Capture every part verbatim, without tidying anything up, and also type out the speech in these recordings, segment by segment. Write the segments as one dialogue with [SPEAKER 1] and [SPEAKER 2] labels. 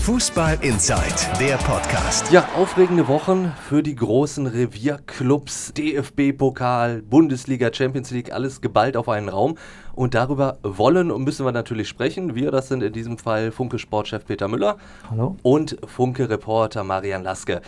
[SPEAKER 1] Fußball Inside, der Podcast.
[SPEAKER 2] Ja, aufregende Wochen für die großen Revierclubs, D F B-Pokal, Bundesliga, Champions League, alles geballt auf einen Raum. Und darüber wollen und müssen wir natürlich sprechen. Wir, das sind in diesem Fall Funke-Sportchef Peter Müller.
[SPEAKER 3] Hallo.
[SPEAKER 2] Und Funke-Reporter Marian Laske.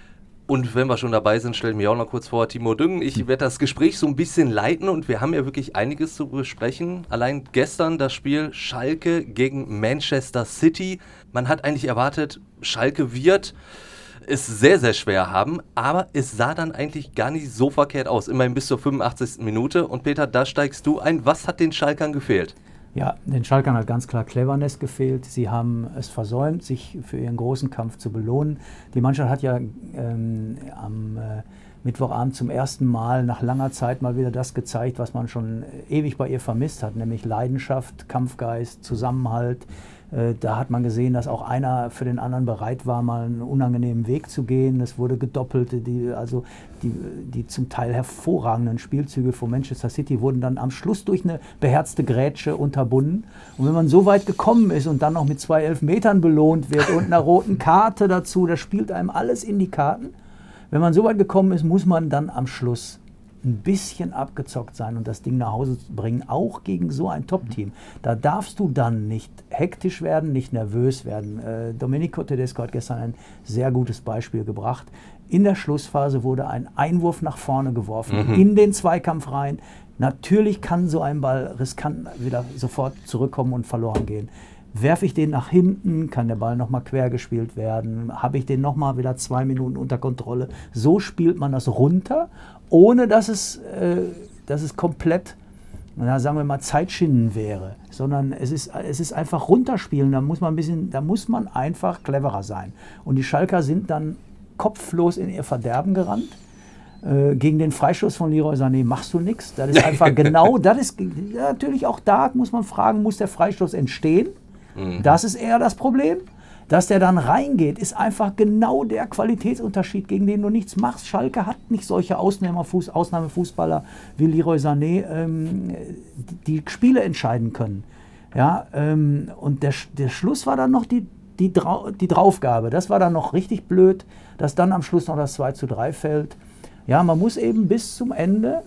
[SPEAKER 2] Und wenn wir schon dabei sind, stellen wir auch noch kurz vor, Timo Düngen. Ich werde das Gespräch so ein bisschen leiten und wir haben ja wirklich einiges zu besprechen. Allein gestern das Spiel Schalke gegen Manchester City. Man hat eigentlich erwartet, Schalke wird es sehr, sehr schwer haben, aber es sah dann eigentlich gar nicht so verkehrt aus. Immerhin bis zur fünfundachtzigsten Minute. Und Peter, da steigst du ein. Was hat den Schalkern gefehlt?
[SPEAKER 3] Ja, den Schalkern hat ganz klar Cleverness gefehlt. Sie haben es versäumt, sich für ihren großen Kampf zu belohnen. Die Mannschaft hat ja ähm, am äh, Mittwochabend zum ersten Mal nach langer Zeit mal wieder das gezeigt, was man schon ewig bei ihr vermisst hat, nämlich Leidenschaft, Kampfgeist, Zusammenhalt. Äh, da hat man gesehen, dass auch einer für den anderen bereit war, mal einen unangenehmen Weg zu gehen. Es wurde gedoppelt. Die, also die, die zum Teil hervorragenden Spielzüge von Manchester City wurden dann am Schluss durch eine beherzte Grätsche unterbunden. Und wenn man so weit gekommen ist und dann noch mit zwei Elfmetern belohnt wird und einer roten Karte dazu, das spielt einem alles in die Karten. Wenn man so weit gekommen ist, muss man dann am Schluss ein bisschen abgezockt sein und das Ding nach Hause bringen, auch gegen so ein Top-Team. Da darfst du dann nicht hektisch werden, nicht nervös werden. Äh, Domenico Tedesco hat gestern ein sehr gutes Beispiel gebracht. In der Schlussphase wurde ein Einwurf nach vorne geworfen, mhm. in den Zweikampf rein. Natürlich kann so ein Ball riskant wieder sofort zurückkommen und verloren gehen. Werfe ich den nach hinten, kann der Ball nochmal quer gespielt werden, habe ich den nochmal wieder zwei Minuten unter Kontrolle. So spielt man das runter, ohne dass es, äh, dass es komplett, na, sagen wir mal, Zeitschinden wäre, sondern es ist, es ist einfach runterspielen, da muss man ein bisschen, da muss man einfach cleverer sein. Und die Schalker sind dann kopflos in ihr Verderben gerannt. Äh, gegen den Freistoß von Leroy Sané machst du nichts. Das ist einfach genau, das ist ja, natürlich auch da, muss man fragen, muss der Freistoß entstehen? Mhm. Das ist eher das Problem. Dass der dann reingeht, ist einfach genau der Qualitätsunterschied, gegen den du nichts machst. Schalke hat nicht solche Ausnahmefuß, Ausnahmefußballer wie Leroy Sané, ähm, die, die Spiele entscheiden können. Ja, ähm, und der, der Schluss war dann noch die, die, Drau, die Draufgabe. Das war dann noch richtig blöd, dass dann am Schluss noch das zwei zu drei fällt. Ja, man muss eben bis zum Ende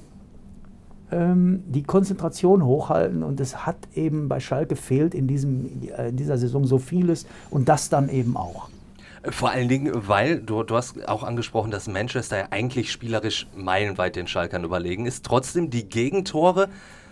[SPEAKER 3] ähm, die Konzentration hochhalten und es hat eben bei Schalke fehlt in, diesem, in dieser Saison so vieles und das dann eben auch.
[SPEAKER 2] Vor allen Dingen, weil du, du hast auch angesprochen, dass Manchester ja eigentlich spielerisch meilenweit den Schalkern überlegen ist. Trotzdem, die Gegentore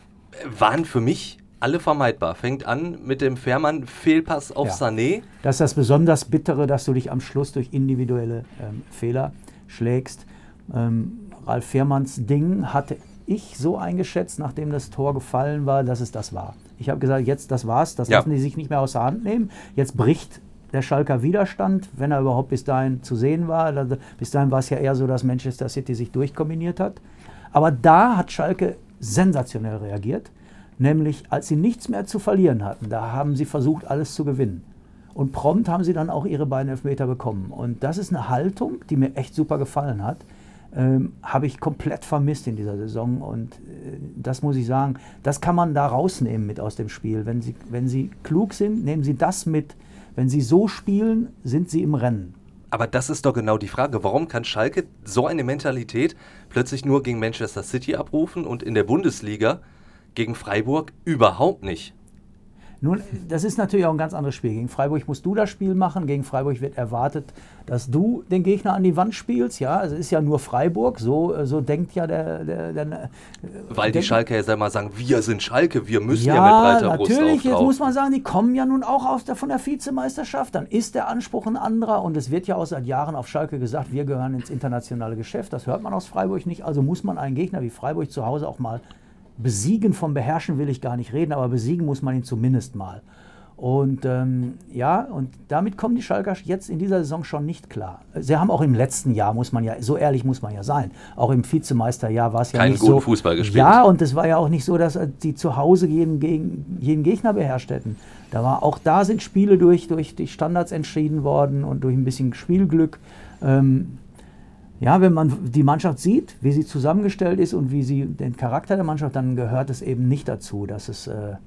[SPEAKER 2] waren für mich alle vermeidbar. Fängt an mit dem Fährmann-Fehlpass auf ja. Sané.
[SPEAKER 3] Das ist das besonders Bittere, dass du dich am Schluss durch individuelle ähm, Fehler schlägst. Ähm, Ralf Fährmanns Ding hatte ich so eingeschätzt, nachdem das Tor gefallen war, dass es das war. Ich habe gesagt, jetzt das war's, das ja. lassen die sich nicht mehr aus der Hand nehmen. Jetzt bricht der Schalker Widerstand, wenn er überhaupt bis dahin zu sehen war. Bis dahin war es ja eher so, dass Manchester City sich durchkombiniert hat. Aber da hat Schalke sensationell reagiert, nämlich als sie nichts mehr zu verlieren hatten, da haben sie versucht, alles zu gewinnen. Und prompt haben sie dann auch ihre beiden Elfmeter bekommen. Und das ist eine Haltung, die mir echt super gefallen hat. Ähm, habe ich komplett vermisst in dieser Saison und äh, das muss ich sagen, das kann man da rausnehmen mit aus dem Spiel. Wenn sie, wenn sie klug sind, nehmen sie das mit. Wenn sie so spielen, sind sie im Rennen.
[SPEAKER 2] Aber das ist doch genau die Frage. Warum kann Schalke so eine Mentalität plötzlich nur gegen Manchester City abrufen und in der Bundesliga gegen Freiburg überhaupt nicht?
[SPEAKER 3] Nun, das ist natürlich auch ein ganz anderes Spiel. Gegen Freiburg musst du das Spiel machen. Gegen Freiburg wird erwartet, dass du den Gegner an die Wand spielst. Ja, also es ist ja nur Freiburg. So, so denkt ja der... der, der
[SPEAKER 2] Weil die Schalke ja mal sagen, wir sind Schalke, wir müssen ja,
[SPEAKER 3] ja
[SPEAKER 2] mit breiter Brust
[SPEAKER 3] natürlich,
[SPEAKER 2] auftreten.
[SPEAKER 3] Jetzt muss man sagen, die kommen ja nun auch aus der, von der Vizemeisterschaft. Dann ist der Anspruch ein anderer. Und es wird ja auch seit Jahren auf Schalke gesagt, wir gehören ins internationale Geschäft. Das hört man aus Freiburg nicht. Also muss man einen Gegner wie Freiburg zu Hause auch mal besiegen. Vom Beherrschen will ich gar nicht reden, aber besiegen muss man ihn zumindest mal. Und ähm, ja, und damit kommen die Schalker jetzt in dieser Saison schon nicht klar. Sie haben auch im letzten Jahr, muss man ja, so ehrlich muss man ja sein, auch im Vizemeisterjahr war es ja
[SPEAKER 2] Keinen
[SPEAKER 3] nicht
[SPEAKER 2] guten
[SPEAKER 3] so.
[SPEAKER 2] Fußball gespielt.
[SPEAKER 3] Ja, und es war ja auch nicht so, dass sie zu Hause jeden, gegen, jeden Gegner beherrscht hätten. Da war, auch da sind Spiele durch, durch die Standards entschieden worden und durch ein bisschen Spielglück. Ähm, Ja, wenn man die Mannschaft sieht, wie sie zusammengestellt ist und wie sie den Charakter der Mannschaft, dann gehört es eben nicht dazu, dass es, äh,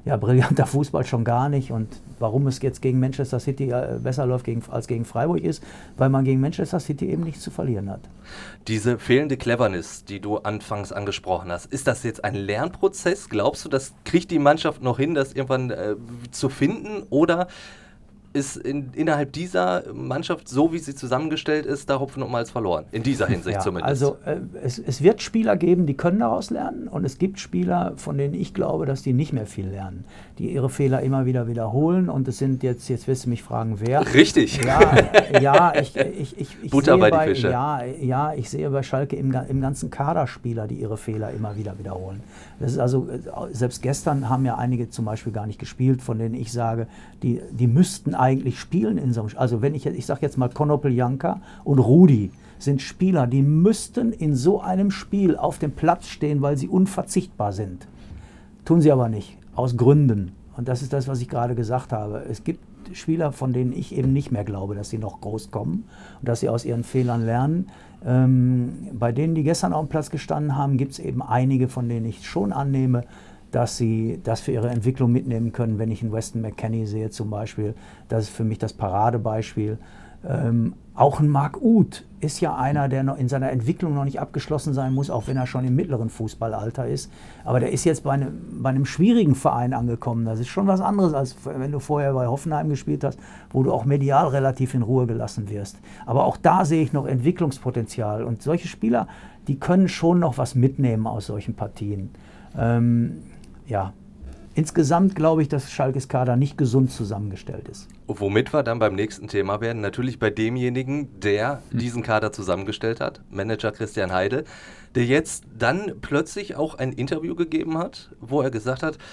[SPEAKER 3] ja, brillanter Fußball schon gar nicht. Und warum es jetzt gegen Manchester City äh, besser läuft gegen, als gegen Freiburg ist, weil man gegen Manchester City eben nichts zu verlieren hat.
[SPEAKER 2] Diese fehlende Cleverness, die du anfangs angesprochen hast, ist das jetzt ein Lernprozess? Glaubst du, das kriegt die Mannschaft noch hin, das irgendwann äh, zu finden? Oder ist in, innerhalb dieser Mannschaft, so wie sie zusammengestellt ist, da Hopfen und Malz verloren? In dieser Hinsicht
[SPEAKER 3] ja,
[SPEAKER 2] zumindest.
[SPEAKER 3] Also äh, es, es wird Spieler geben, die können daraus lernen, und es gibt Spieler, von denen ich glaube, dass die nicht mehr viel lernen, die ihre Fehler immer wieder wiederholen, und es sind jetzt, jetzt wirst du mich fragen, wer.
[SPEAKER 2] Richtig.
[SPEAKER 3] Ja, ja, ich, ich, ich, ich
[SPEAKER 2] Butter
[SPEAKER 3] sehe
[SPEAKER 2] bei die
[SPEAKER 3] bei,
[SPEAKER 2] Fische.
[SPEAKER 3] Ja, ja, ich sehe bei Schalke im, im ganzen Kader Spieler, die ihre Fehler immer wieder wiederholen. Das ist also, selbst gestern haben ja einige zum Beispiel gar nicht gespielt, von denen ich sage, die, die müssten eigentlich spielen in so einem, also wenn ich, ich sage jetzt mal Konopeljanka und Rudi sind Spieler, die müssten in so einem Spiel auf dem Platz stehen, weil sie unverzichtbar sind. Tun sie aber nicht, aus Gründen. Und das ist das, was ich gerade gesagt habe. Es gibt Spieler, von denen ich eben nicht mehr glaube, dass sie noch groß kommen und dass sie aus ihren Fehlern lernen. Ähm, bei denen, die gestern auf dem Platz gestanden haben, gibt es eben einige, von denen ich schon annehme, dass sie das für ihre Entwicklung mitnehmen können. Wenn ich einen Weston McKennie sehe zum Beispiel, das ist für mich das Paradebeispiel. Ähm, auch ein Marc Uth ist ja einer, der noch in seiner Entwicklung noch nicht abgeschlossen sein muss, auch wenn er schon im mittleren Fußballalter ist. Aber der ist jetzt bei einem, bei einem schwierigen Verein angekommen. Das ist schon was anderes, als wenn du vorher bei Hoffenheim gespielt hast, wo du auch medial relativ in Ruhe gelassen wirst. Aber auch da sehe ich noch Entwicklungspotenzial. Und solche Spieler, die können schon noch was mitnehmen aus solchen Partien. Ähm, ja. Insgesamt glaube ich, dass Schalkes Kader nicht gesund zusammengestellt ist.
[SPEAKER 2] Womit wir dann beim nächsten Thema werden, natürlich bei demjenigen, der hm. diesen Kader zusammengestellt hat, Manager Christian Heidel, der jetzt dann plötzlich auch ein Interview gegeben hat, wo er gesagt hat,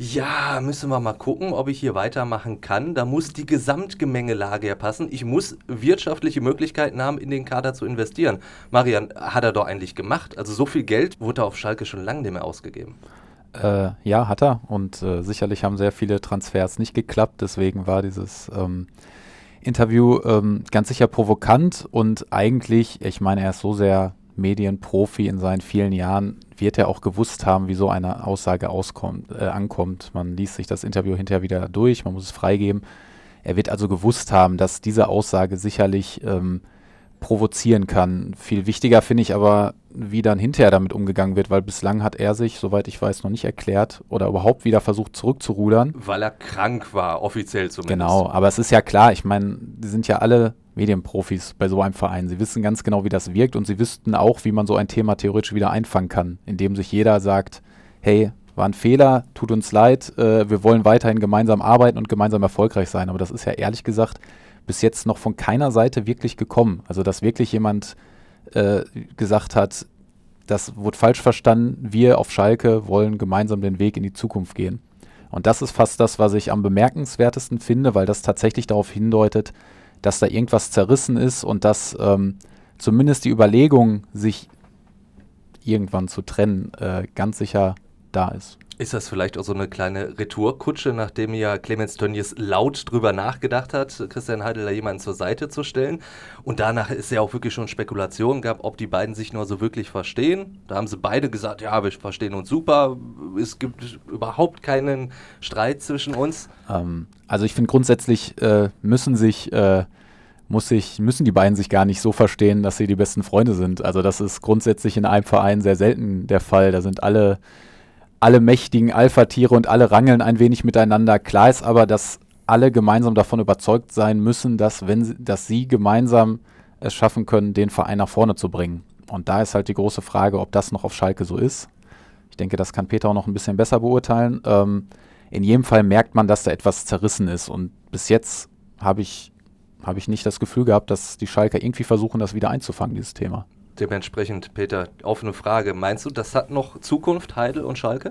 [SPEAKER 2] ja, müssen wir mal gucken, ob ich hier weitermachen kann. Da muss die Gesamtgemengelage ja passen. Ich muss wirtschaftliche Möglichkeiten haben, in den Kader zu investieren. Marian, hat er doch eigentlich gemacht. Also so viel Geld wurde auf Schalke schon lange nicht mehr ausgegeben.
[SPEAKER 4] Äh, ja, hat er. Und äh, sicherlich haben sehr viele Transfers nicht geklappt. Deswegen war dieses ähm, Interview ähm, ganz sicher provokant. Und eigentlich, ich meine, er ist so sehr Medienprofi in seinen vielen Jahren, wird er auch gewusst haben, wie so eine Aussage auskommt, äh, ankommt. Man liest sich das Interview hinterher wieder durch, man muss es freigeben. Er wird also gewusst haben, dass diese Aussage sicherlich ähm, provozieren kann. Viel wichtiger finde ich aber, wie dann hinterher damit umgegangen wird, weil bislang hat er sich, soweit ich weiß, noch nicht erklärt oder überhaupt wieder versucht zurückzurudern.
[SPEAKER 2] Weil er krank war, offiziell zumindest.
[SPEAKER 4] Genau, aber es ist ja klar, ich meine, die sind ja alle Medienprofis bei so einem Verein. Sie wissen ganz genau, wie das wirkt, und sie wüssten auch, wie man so ein Thema theoretisch wieder einfangen kann, indem sich jeder sagt, hey, war ein Fehler, tut uns leid, äh, wir wollen weiterhin gemeinsam arbeiten und gemeinsam erfolgreich sein. Aber das ist ja ehrlich gesagt bis jetzt noch von keiner Seite wirklich gekommen. Also dass wirklich jemand äh, gesagt hat, das wurde falsch verstanden, wir auf Schalke wollen gemeinsam den Weg in die Zukunft gehen. Und das ist fast das, was ich am bemerkenswertesten finde, weil das tatsächlich darauf hindeutet, dass da irgendwas zerrissen ist und dass ähm, zumindest die Überlegung, sich irgendwann zu trennen, äh, ganz sicher da ist.
[SPEAKER 2] Ist das vielleicht auch so eine kleine Retourkutsche, nachdem ja Clemens Tönnies laut drüber nachgedacht hat, Christian Heidel da jemanden zur Seite zu stellen? Und danach ist ja auch wirklich schon Spekulation gab, ob die beiden sich nur so wirklich verstehen. Da haben sie beide gesagt, ja, wir verstehen uns super, es gibt überhaupt keinen Streit zwischen uns.
[SPEAKER 4] Ähm, also ich finde grundsätzlich äh, müssen sich... Äh, Muss ich, müssen die beiden sich gar nicht so verstehen, dass sie die besten Freunde sind. Also das ist grundsätzlich in einem Verein sehr selten der Fall. Da sind alle, alle mächtigen Alpha-Tiere und alle rangeln ein wenig miteinander. Klar ist aber, dass alle gemeinsam davon überzeugt sein müssen, dass, wenn sie, dass sie gemeinsam es schaffen können, den Verein nach vorne zu bringen. Und da ist halt die große Frage, ob das noch auf Schalke so ist. Ich denke, das kann Peter auch noch ein bisschen besser beurteilen. Ähm, in jedem Fall merkt man, dass da etwas zerrissen ist. Und bis jetzt habe ich habe ich nicht das Gefühl gehabt, dass die Schalker irgendwie versuchen, das wieder einzufangen, dieses Thema.
[SPEAKER 2] Dementsprechend, Peter, offene Frage. Meinst du, das hat noch Zukunft, Heidel und Schalke?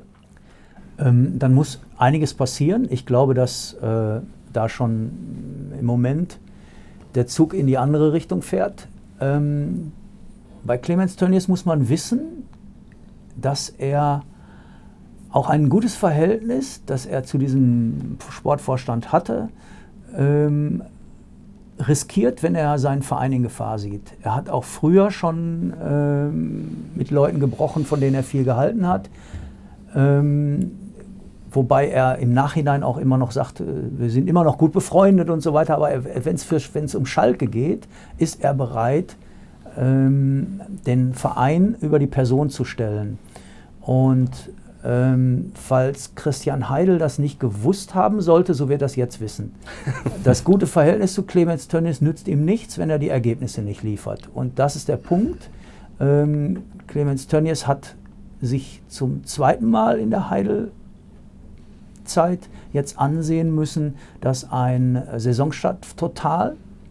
[SPEAKER 3] Ähm, dann muss einiges passieren. Ich glaube, dass äh, da schon im Moment der Zug in die andere Richtung fährt. Ähm, bei Clemens Tönnies muss man wissen, dass er auch ein gutes Verhältnis, das er zu diesem Sportvorstand hatte, ähm, riskiert, wenn er seinen Verein in Gefahr sieht. Er hat auch früher schon ähm, mit Leuten gebrochen, von denen er viel gehalten hat, ähm, wobei er im Nachhinein auch immer noch sagt, wir sind immer noch gut befreundet und so weiter, aber wenn es um Schalke geht, ist er bereit, ähm, den Verein über die Person zu stellen. Und ähm, falls Christian Heidel das nicht gewusst haben sollte, so wird er das jetzt wissen. Das gute Verhältnis zu Clemens Tönnies nützt ihm nichts, wenn er die Ergebnisse nicht liefert. Und das ist der Punkt. Ähm, Clemens Tönnies hat sich zum zweiten Mal in der Heidel-Zeit jetzt ansehen müssen, dass ein Saisonstart total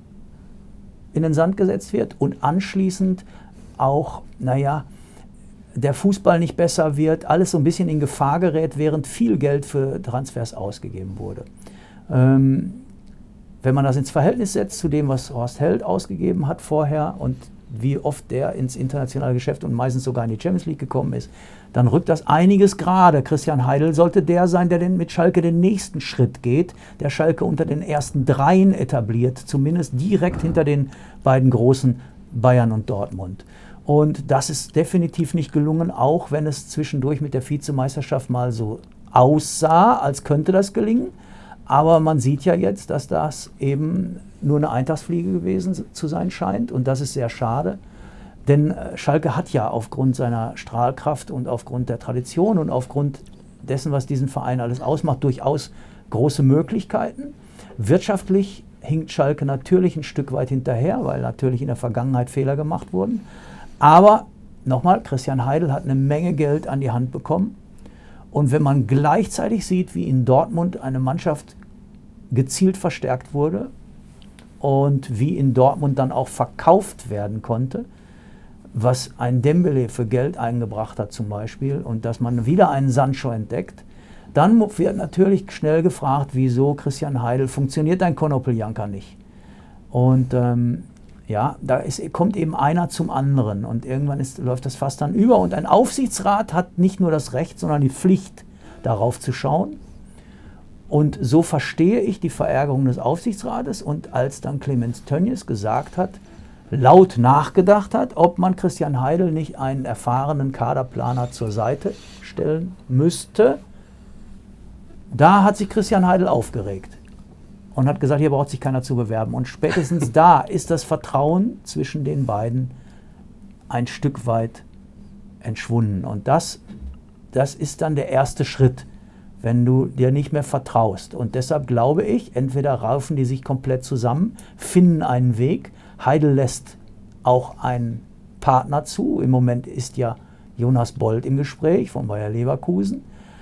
[SPEAKER 3] in den Sand gesetzt wird und anschließend auch, naja, der Fußball nicht besser wird, alles so ein bisschen in Gefahr gerät, während viel Geld für Transfers ausgegeben wurde. Ähm, wenn man das ins Verhältnis setzt zu dem, was Horst Held ausgegeben hat vorher und wie oft der ins internationale Geschäft und meistens sogar in die Champions League gekommen ist, dann rückt das einiges gerade. Christian Heidel sollte der sein, der den, mit Schalke den nächsten Schritt geht, der Schalke unter den ersten Dreien etabliert, zumindest direkt hinter den beiden großen Bayern und Dortmund. Und das ist definitiv nicht gelungen, auch wenn es zwischendurch mit der Vizemeisterschaft mal so aussah, als könnte das gelingen. Aber man sieht ja jetzt, dass das eben nur eine Eintagsfliege gewesen zu sein scheint. Und das ist sehr schade. Denn Schalke hat ja aufgrund seiner Strahlkraft und aufgrund der Tradition und aufgrund dessen, was diesen Verein alles ausmacht, durchaus große Möglichkeiten. Wirtschaftlich hinkt Schalke natürlich ein Stück weit hinterher, weil natürlich in der Vergangenheit Fehler gemacht wurden. Aber nochmal, Christian Heidel hat eine Menge Geld an die Hand bekommen. Und wenn man gleichzeitig sieht, wie in Dortmund eine Mannschaft gezielt verstärkt wurde und wie in Dortmund dann auch verkauft werden konnte, was ein Dembele für Geld eingebracht hat zum Beispiel, und dass man wieder einen Sancho entdeckt, dann wird natürlich schnell gefragt, wieso Christian Heidel funktioniert ein Konoplyanka nicht. Und ähm, ja, da ist, kommt eben einer zum anderen und irgendwann ist, läuft das fast dann über. Und ein Aufsichtsrat hat nicht nur das Recht, sondern die Pflicht, darauf zu schauen. Und so verstehe ich die Verärgerung des Aufsichtsrates. Und als dann Clemens Tönnies gesagt hat, laut nachgedacht hat, ob man Christian Heidel nicht einen erfahrenen Kaderplaner zur Seite stellen müsste, da hat sich Christian Heidel aufgeregt und hat gesagt, hier braucht sich keiner zu bewerben. Und spätestens da ist das Vertrauen zwischen den beiden ein Stück weit entschwunden. Und das, das ist dann der erste Schritt, wenn du dir nicht mehr vertraust. Und deshalb glaube ich, entweder raufen die sich komplett zusammen, finden einen Weg. Heidel lässt auch einen Partner zu. Im Moment ist ja Jonas Bold im Gespräch von Bayer Leverkusen.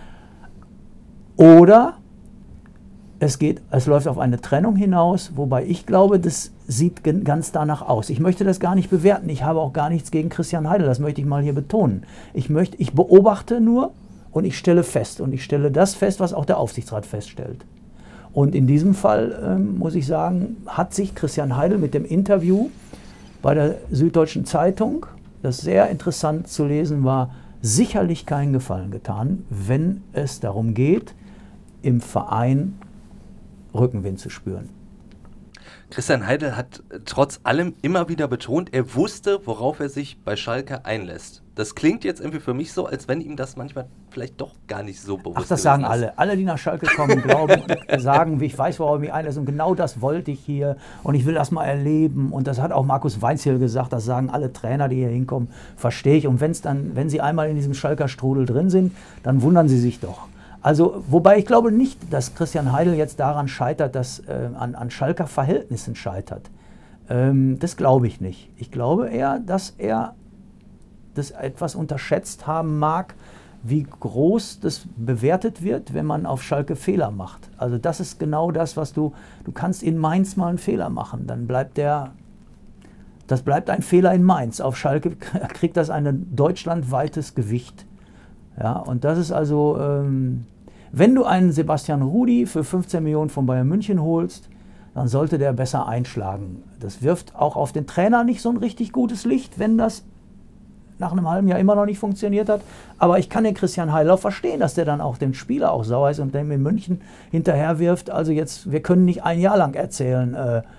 [SPEAKER 3] Oder Es, geht, es läuft auf eine Trennung hinaus, wobei ich glaube, das sieht ganz danach aus. Ich möchte das gar nicht bewerten. Ich habe auch gar nichts gegen Christian Heidel, das möchte ich mal hier betonen. Ich, möchte, ich beobachte nur und ich stelle fest. Und ich stelle das fest, was auch der Aufsichtsrat feststellt. Und in diesem Fall, ähm, muss ich sagen, hat sich Christian Heidel mit dem Interview bei der Süddeutschen Zeitung, das sehr interessant zu lesen war, sicherlich keinen Gefallen getan, wenn es darum geht, im Verein Rückenwind zu spüren.
[SPEAKER 2] Christian Heidel hat trotz allem immer wieder betont, er wusste, worauf er sich bei Schalke einlässt. Das klingt jetzt irgendwie für mich so, als wenn ihm das manchmal vielleicht doch gar nicht so bewusst ist.
[SPEAKER 3] Ach, das sagen ist. alle. Alle, die nach Schalke kommen, glauben, sagen, ich weiß, worauf ich mich einlasse. Und genau das wollte ich hier. Und ich will das mal erleben. Und das hat auch Markus Weinzierl gesagt. Das sagen alle Trainer, die hier hinkommen. Verstehe ich. Und wenn's dann, wenn sie einmal in diesem Schalker Strudel drin sind, dann wundern sie sich doch. Also, wobei ich glaube nicht, dass Christian Heidel jetzt daran scheitert, dass äh, an, an Schalker Verhältnissen scheitert. Ähm, das glaube ich nicht. Ich glaube eher, dass er das etwas unterschätzt haben mag, wie groß das bewertet wird, wenn man auf Schalke Fehler macht. Also das ist genau das, was du, du kannst in Mainz mal einen Fehler machen, dann bleibt der, das bleibt ein Fehler in Mainz. Auf Schalke kriegt das ein deutschlandweites Gewicht. Ja, und das ist also, ähm, wenn du einen Sebastian Rudy für fünfzehn Millionen von Bayern München holst, dann sollte der besser einschlagen. Das wirft auch auf den Trainer nicht so ein richtig gutes Licht, wenn das nach einem halben Jahr immer noch nicht funktioniert hat. Aber ich kann den Christian Heidel auch verstehen, dass der dann auch dem Spieler auch sauer ist und dem in München hinterher wirft. Also jetzt, wir können nicht ein Jahr lang erzählen, äh,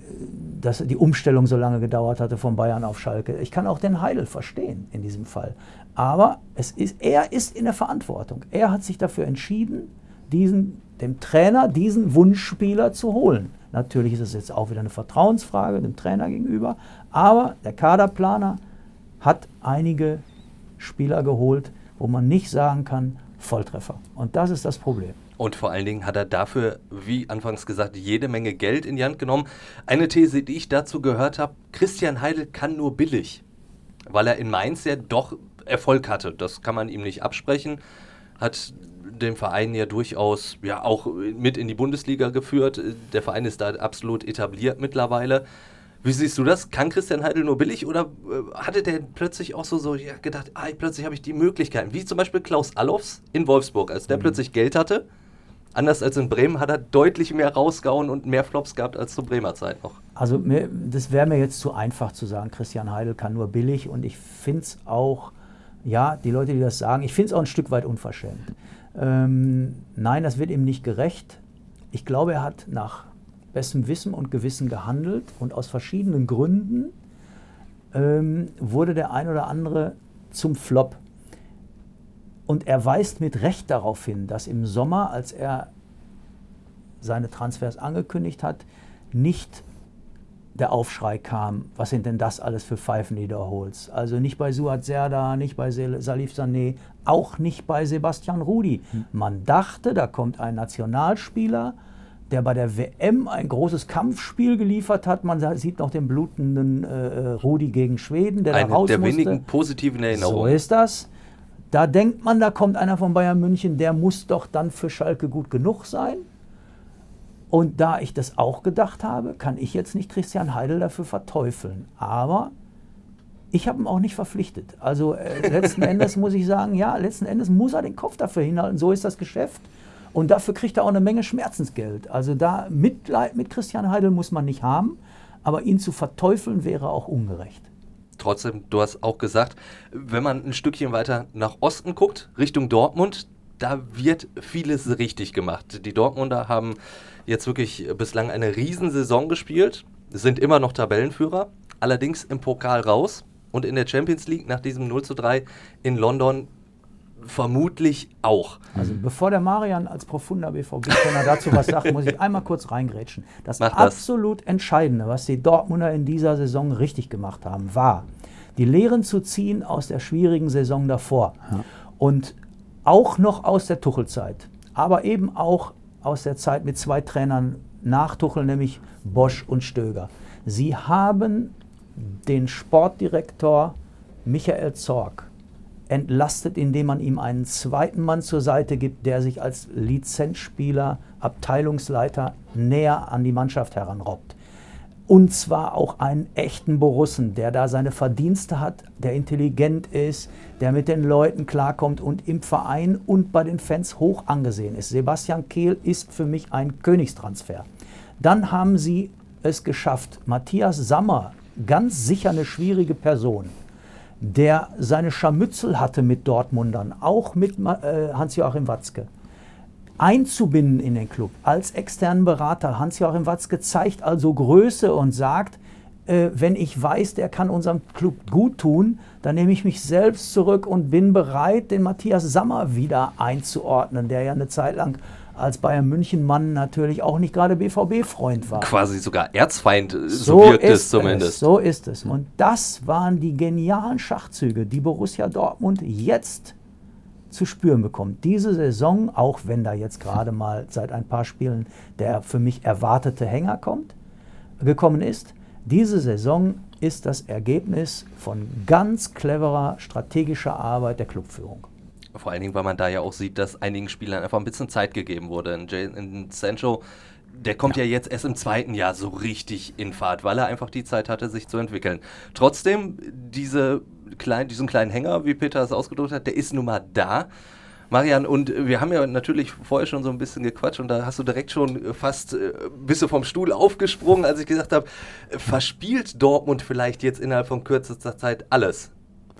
[SPEAKER 3] dass die Umstellung so lange gedauert hatte von Bayern auf Schalke. Ich kann auch den Heidel verstehen in diesem Fall. Aber es ist, er ist in der Verantwortung. Er hat sich dafür entschieden, diesen, dem Trainer diesen Wunschspieler zu holen. Natürlich ist es jetzt auch wieder eine Vertrauensfrage dem Trainer gegenüber, aber der Kaderplaner hat einige Spieler geholt, wo man nicht sagen kann, Volltreffer. Und das ist das Problem.
[SPEAKER 2] Und vor allen Dingen hat er dafür, wie anfangs gesagt, jede Menge Geld in die Hand genommen. Eine These, die ich dazu gehört habe, Christian Heidel kann nur billig, weil er in Mainz ja doch Erfolg hatte. Das kann man ihm nicht absprechen. Hat den Verein ja durchaus ja auch mit in die Bundesliga geführt. Der Verein ist da absolut etabliert mittlerweile. Wie siehst du das? Kann Christian Heidel nur billig oder äh, hatte der plötzlich auch so, so ja, gedacht, ah, plötzlich habe ich die Möglichkeiten, wie zum Beispiel Klaus Allofs in Wolfsburg, als der mhm. plötzlich Geld hatte. Anders als in Bremen hat er deutlich mehr rausgehauen und mehr Flops gehabt als zur Bremer Zeit noch.
[SPEAKER 3] Also mir, das wäre mir jetzt zu einfach zu sagen, Christian Heidel kann nur billig, und ich finde es auch, ja, die Leute, die das sagen, ich finde es auch ein Stück weit unverschämt. Ähm, nein, das wird ihm nicht gerecht. Ich glaube, er hat nach bestem Wissen und Gewissen gehandelt, und aus verschiedenen Gründen ähm, wurde der ein oder andere zum Flop. Und er weist mit Recht darauf hin, dass im Sommer, als er seine Transfers angekündigt hat, nicht der Aufschrei kam, was sind denn das alles für Pfeifen, die du holst. Also nicht bei Suat Serdar, nicht bei Salif Sané, auch nicht bei Sebastian Rudy. Hm. Man dachte, da kommt ein Nationalspieler, der bei der W M ein großes Kampfspiel geliefert hat. Man sieht noch den blutenden äh, Rudi gegen Schweden, der
[SPEAKER 2] Eine
[SPEAKER 3] da raus
[SPEAKER 2] der
[SPEAKER 3] musste.
[SPEAKER 2] wenigen positiven Erinnerungen.
[SPEAKER 3] So ist das. Da denkt man, da kommt einer von Bayern München, der muss doch dann für Schalke gut genug sein. Und da ich das auch gedacht habe, kann ich jetzt nicht Christian Heidel dafür verteufeln. Aber ich habe ihn auch nicht verpflichtet. Also äh, letzten Endes muss ich sagen, ja, letzten Endes muss er den Kopf dafür hinhalten. So ist das Geschäft. Und dafür kriegt er auch eine Menge Schmerzensgeld. Also da Mitleid mit Christian Heidel muss man nicht haben. Aber ihn zu verteufeln wäre auch ungerecht.
[SPEAKER 2] Trotzdem, du hast auch gesagt, wenn man ein Stückchen weiter nach Osten guckt, Richtung Dortmund, da wird vieles richtig gemacht. Die Dortmunder haben jetzt wirklich bislang eine Riesensaison gespielt, sind immer noch Tabellenführer, allerdings im Pokal raus und in der Champions League nach diesem null zu drei in London vermutlich auch.
[SPEAKER 3] Also bevor der Marian als profunder B V B-Kenner dazu was sagt, muss ich einmal kurz reingrätschen. Das
[SPEAKER 2] Mach
[SPEAKER 3] absolut
[SPEAKER 2] das.
[SPEAKER 3] Entscheidende, was die Dortmunder in dieser Saison richtig gemacht haben, war, die Lehren zu ziehen aus der schwierigen Saison davor. Ja. Und auch noch aus der Tuchel-Zeit, aber eben auch aus der Zeit mit zwei Trainern nach Tuchel, nämlich Bosch und Stöger. Sie haben den Sportdirektor Michael Zorc entlastet, indem man ihm einen zweiten Mann zur Seite gibt, der sich als Lizenzspieler, Abteilungsleiter näher an die Mannschaft heranrobbt. Und zwar auch einen echten Borussen, der da seine Verdienste hat, der intelligent ist, der mit den Leuten klarkommt und im Verein und bei den Fans hoch angesehen ist. Sebastian Kehl ist für mich ein Königstransfer. Dann haben sie es geschafft, Matthias Sammer, ganz sicher eine schwierige Person, der seine Scharmützel hatte mit Dortmundern, auch mit äh, Hans-Joachim Watzke, einzubinden in den Club als externen Berater. Hans-Joachim Watzke zeigt also Größe und sagt, äh, wenn ich weiß, der kann unserem Club gut tun, dann nehme ich mich selbst zurück und bin bereit, den Matthias Sammer wieder einzuordnen, der ja eine Zeit lang als Bayern-München-Mann natürlich auch nicht gerade B V B-Freund war.
[SPEAKER 2] Quasi sogar Erzfeind, so,
[SPEAKER 3] so
[SPEAKER 2] wirkt es zumindest.
[SPEAKER 3] Es, so ist es. Und das waren die genialen Schachzüge, die Borussia Dortmund jetzt zu spüren bekommt. Diese Saison, auch wenn da jetzt gerade mal seit ein paar Spielen der für mich erwartete Hänger kommt, gekommen ist, diese Saison ist das Ergebnis von ganz cleverer strategischer Arbeit der Clubführung.
[SPEAKER 2] Vor allen Dingen, weil man da ja auch sieht, dass einigen Spielern einfach ein bisschen Zeit gegeben wurde. In, Jay, in Sancho, der kommt ja. ja jetzt erst im zweiten Jahr so richtig in Fahrt, weil er einfach die Zeit hatte, sich zu entwickeln. Trotzdem, diese klein, diesen kleinen Hänger, wie Peter es ausgedrückt hat, der ist nun mal da. Marian, und wir haben ja natürlich vorher schon so ein bisschen gequatscht und da hast du direkt schon fast, äh, bist du vom Stuhl aufgesprungen, als ich gesagt habe, verspielt Dortmund vielleicht jetzt innerhalb von kürzester Zeit alles?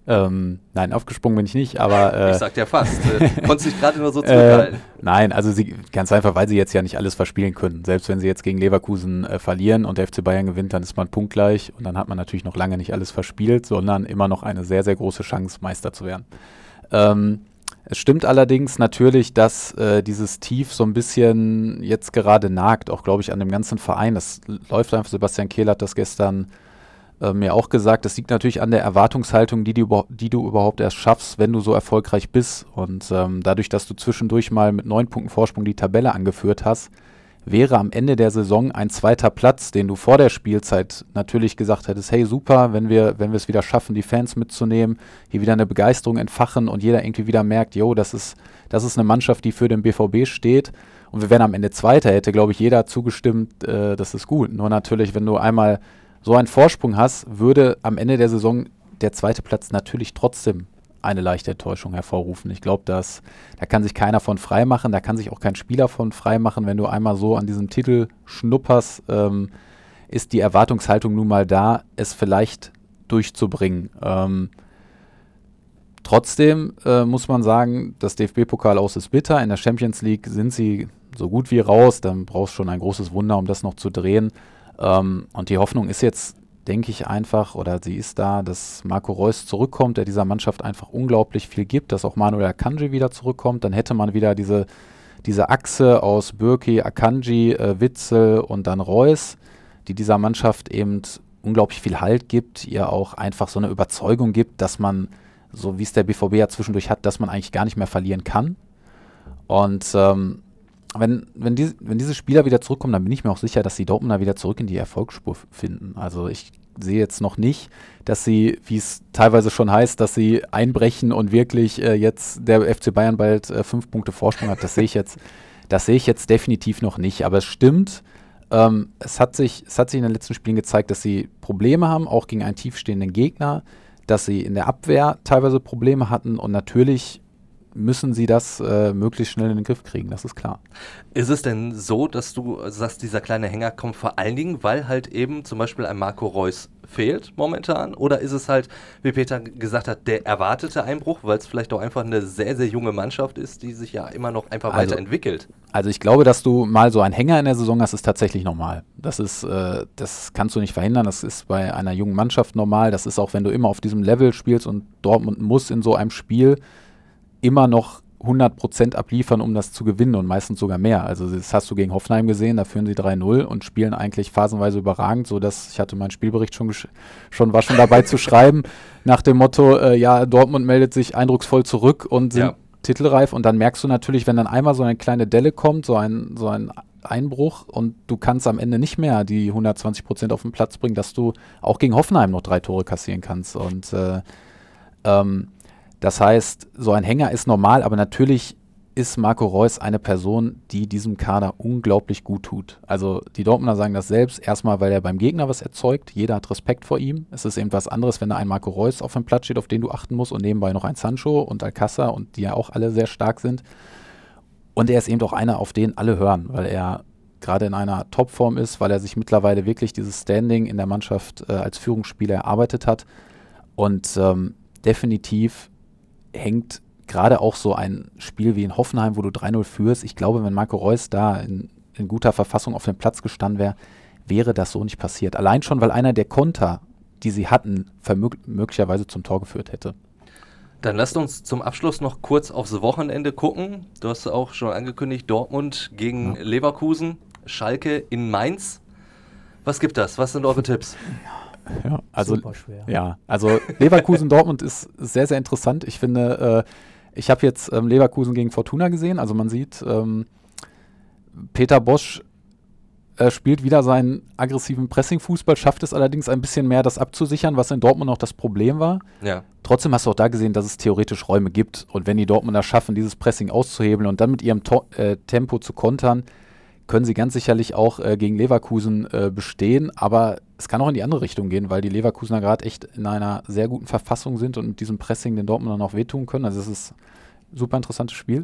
[SPEAKER 4] Ähm, nein, aufgesprungen bin ich nicht, aber... Äh,
[SPEAKER 2] ich sag ja fast. Äh, konntest dich gerade nur so zurückhalten.
[SPEAKER 4] Äh, nein, also sie ganz einfach, weil sie jetzt ja nicht alles verspielen können. Selbst wenn sie jetzt gegen Leverkusen äh, verlieren und der F C Bayern gewinnt, dann ist man punktgleich und dann hat man natürlich noch lange nicht alles verspielt, sondern immer noch eine sehr, sehr große Chance, Meister zu werden. Ähm, es stimmt allerdings natürlich, dass äh, dieses Tief so ein bisschen jetzt gerade nagt, auch glaube ich an dem ganzen Verein. Das läuft einfach, Sebastian Kehl hat das gestern äh, mir auch gesagt, das liegt natürlich an der Erwartungshaltung, die, die, über, die du überhaupt erst schaffst, wenn du so erfolgreich bist. Und ähm, dadurch, dass du zwischendurch mal mit neun Punkten Vorsprung die Tabelle angeführt hast, wäre am Ende der Saison ein zweiter Platz, den du vor der Spielzeit natürlich gesagt hättest, hey super, wenn wir wenn wir es wieder schaffen, die Fans mitzunehmen, hier wieder eine Begeisterung entfachen und jeder irgendwie wieder merkt, jo, das ist, das ist eine Mannschaft, die für den B V B steht und wir wären am Ende Zweiter, hätte, glaube ich, jeder zugestimmt, äh, das ist gut. Nur natürlich, wenn du einmal so einen Vorsprung hast, würde am Ende der Saison der zweite Platz natürlich trotzdem eine leichte Enttäuschung hervorrufen. Ich glaube, dass da kann sich keiner von frei machen, da kann sich auch kein Spieler von frei machen, wenn du einmal so an diesem Titel schnupperst, ähm, ist die Erwartungshaltung nun mal da, es vielleicht durchzubringen. Ähm, trotzdem äh, muss man sagen, das D F B-Pokal aus ist bitter, in der Champions League sind sie so gut wie raus, dann brauchst du schon ein großes Wunder, um das noch zu drehen. Ähm, und die Hoffnung ist jetzt, denke ich einfach, oder sie ist da, dass Marco Reus zurückkommt, der dieser Mannschaft einfach unglaublich viel gibt, dass auch Manuel Akanji wieder zurückkommt, dann hätte man wieder diese, diese Achse aus Bürki, Akanji, äh, Witzel und dann Reus, die dieser Mannschaft eben unglaublich viel Halt gibt, ihr auch einfach so eine Überzeugung gibt, dass man, so wie es der B V B ja zwischendurch hat, dass man eigentlich gar nicht mehr verlieren kann. Und ähm, Wenn, wenn, die, wenn diese Spieler wieder zurückkommen, dann bin ich mir auch sicher, dass die Dortmunder wieder zurück in die Erfolgsspur finden. Also ich sehe jetzt noch nicht, dass sie, wie es teilweise schon heißt, dass sie einbrechen und wirklich äh, jetzt der F C Bayern bald äh, fünf Punkte Vorsprung hat. Das sehe ich jetzt, das sehe ich jetzt definitiv noch nicht. Aber es stimmt, ähm, es hat sich, es hat sich in den letzten Spielen gezeigt, dass sie Probleme haben, auch gegen einen tiefstehenden Gegner, dass sie in der Abwehr teilweise Probleme hatten und natürlich müssen sie das äh, möglichst schnell in den Griff kriegen, das ist klar.
[SPEAKER 2] Ist es denn so, dass du sagst, dieser kleine Hänger kommt vor allen Dingen, weil halt eben zum Beispiel ein Marco Reus fehlt momentan? Oder ist es halt, wie Peter gesagt hat, der erwartete Einbruch, weil es vielleicht auch einfach eine sehr, sehr junge Mannschaft ist, die sich ja immer noch einfach
[SPEAKER 4] also,
[SPEAKER 2] weiterentwickelt?
[SPEAKER 4] Also ich glaube, dass du mal so einen Hänger in der Saison hast, ist tatsächlich normal. Das ist, äh, das kannst du nicht verhindern, das ist bei einer jungen Mannschaft normal. Das ist auch, wenn du immer auf diesem Level spielst und Dortmund muss in so einem Spiel immer noch hundert Prozent abliefern, um das zu gewinnen und meistens sogar mehr. Also das hast du gegen Hoffenheim gesehen, da führen sie drei null und spielen eigentlich phasenweise überragend, sodass, ich hatte meinen Spielbericht schon, schon war schon dabei zu schreiben, nach dem Motto, äh, ja, Dortmund meldet sich eindrucksvoll zurück und sind ja titelreif und dann merkst du natürlich, wenn dann einmal so eine kleine Delle kommt, so ein, so ein Einbruch und du kannst am Ende nicht mehr die hundertzwanzig Prozent auf den Platz bringen, dass du auch gegen Hoffenheim noch drei Tore kassieren kannst und äh, ähm, das heißt, so ein Hänger ist normal, aber natürlich ist Marco Reus eine Person, die diesem Kader unglaublich gut tut. Also die Dortmunder sagen das selbst, erstmal, weil er beim Gegner was erzeugt, jeder hat Respekt vor ihm. Es ist eben was anderes, wenn da ein Marco Reus auf dem Platz steht, auf den du achten musst und nebenbei noch ein Sancho und Alcázar und die ja auch alle sehr stark sind. Und er ist eben auch einer, auf den alle hören, weil er gerade in einer Topform ist, weil er sich mittlerweile wirklich dieses Standing in der Mannschaft äh, als Führungsspieler erarbeitet hat und ähm, definitiv hängt gerade auch so ein Spiel wie in Hoffenheim, wo du drei null führst. Ich glaube, wenn Marco Reus da in, in guter Verfassung auf dem Platz gestanden wäre, wäre das so nicht passiert. Allein schon, weil einer der Konter, die sie hatten, möglicherweise zum Tor geführt hätte.
[SPEAKER 2] Dann lasst uns zum Abschluss noch kurz aufs Wochenende gucken. Du hast auch schon angekündigt, Dortmund gegen ja. Leverkusen, Schalke in Mainz. Was gibt das? Was sind eure Tipps?
[SPEAKER 4] Ja, also,
[SPEAKER 3] super schwer.
[SPEAKER 4] Ja, also Leverkusen-Dortmund ist sehr, sehr interessant. Ich finde, äh, ich habe jetzt ähm, Leverkusen gegen Fortuna gesehen. Also man sieht, ähm, Peter Bosz äh, spielt wieder seinen aggressiven Pressing-Fußball, schafft es allerdings ein bisschen mehr, das abzusichern, was in Dortmund noch das Problem war.
[SPEAKER 2] Ja.
[SPEAKER 4] Trotzdem hast du auch da gesehen, dass es theoretisch Räume gibt. Und wenn die Dortmunder schaffen, dieses Pressing auszuhebeln und dann mit ihrem to- äh, Tempo zu kontern, können sie ganz sicherlich auch äh, gegen Leverkusen äh, bestehen, aber es kann auch in die andere Richtung gehen, weil die Leverkusener gerade echt in einer sehr guten Verfassung sind und mit diesem Pressing den Dortmundern auch wehtun können. Also es ist ein super interessantes Spiel.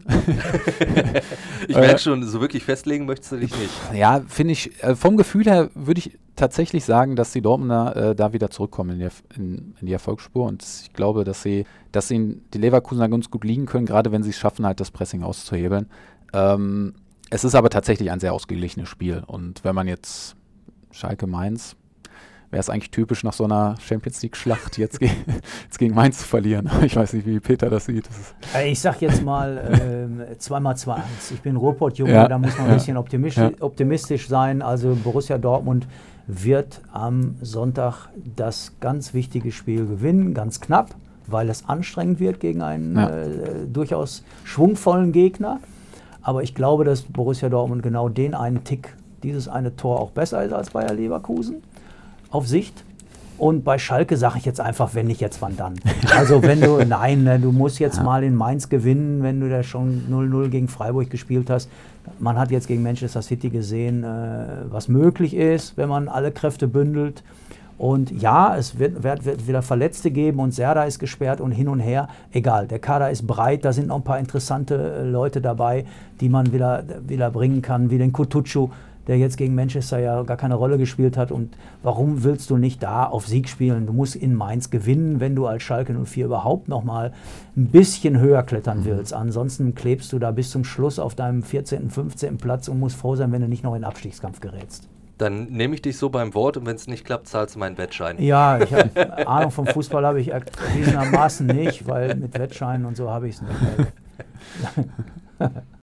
[SPEAKER 2] Ich merke schon, so wirklich festlegen möchtest du dich nicht.
[SPEAKER 4] Ja, finde ich, äh, vom Gefühl her würde ich tatsächlich sagen, dass die Dortmunder äh, da wieder zurückkommen in, der, in, in die Erfolgsspur und ich glaube, dass sie, dass ihnen die Leverkusener ganz gut liegen können, gerade wenn sie es schaffen, halt das Pressing auszuhebeln. Ähm, es ist aber tatsächlich ein sehr ausgeglichenes Spiel und wenn man jetzt Schalke Mainz, wäre es eigentlich typisch nach so einer Champions-League-Schlacht jetzt, ge jetzt gegen Mainz zu verlieren. Ich weiß nicht, wie Peter das sieht. Das ist
[SPEAKER 3] ich sag jetzt mal äh, zwei mal zwei eins. Ich bin Ruhrpott-Junge,
[SPEAKER 4] ja,
[SPEAKER 3] da muss man ein
[SPEAKER 4] ja,
[SPEAKER 3] bisschen optimistisch,
[SPEAKER 4] ja.
[SPEAKER 3] optimistisch sein. Also Borussia Dortmund wird am Sonntag das ganz wichtige Spiel gewinnen, ganz knapp, weil es anstrengend wird gegen einen
[SPEAKER 4] ja.
[SPEAKER 3] äh, durchaus schwungvollen Gegner. Aber ich glaube, dass Borussia Dortmund genau den einen Tick, dieses eine Tor auch besser ist als Bayer Leverkusen. Auf Sicht. Und bei Schalke sage ich jetzt einfach, wenn nicht jetzt, wann dann. Also wenn du, nein, du musst jetzt ja. mal in Mainz gewinnen, wenn du da schon null null gegen Freiburg gespielt hast. Man hat jetzt gegen Manchester City gesehen, äh, was möglich ist, wenn man alle Kräfte bündelt. Und ja, es wird, wird, wird wieder Verletzte geben und Serda ist gesperrt und hin und her. Egal, der Kader ist breit, da sind noch ein paar interessante äh, Leute dabei, die man wieder, wieder bringen kann, wie den Kutucu, der jetzt gegen Manchester ja gar keine Rolle gespielt hat. Und warum willst du nicht da auf Sieg spielen? Du musst in Mainz gewinnen, wenn du als Schalke null vier überhaupt noch mal ein bisschen höher klettern willst. Ansonsten klebst du da bis zum Schluss auf deinem vierzehnten, fünfzehnten Platz und musst froh sein, wenn du nicht noch in den Abstiegskampf gerätst.
[SPEAKER 2] Dann nehme ich dich so beim Wort und wenn es nicht klappt, zahlst du meinen Wettschein.
[SPEAKER 3] Ja, ich habe Ahnung vom Fußball habe ich erwiesenermaßen nicht, weil mit Wettscheinen und so habe ich es nicht.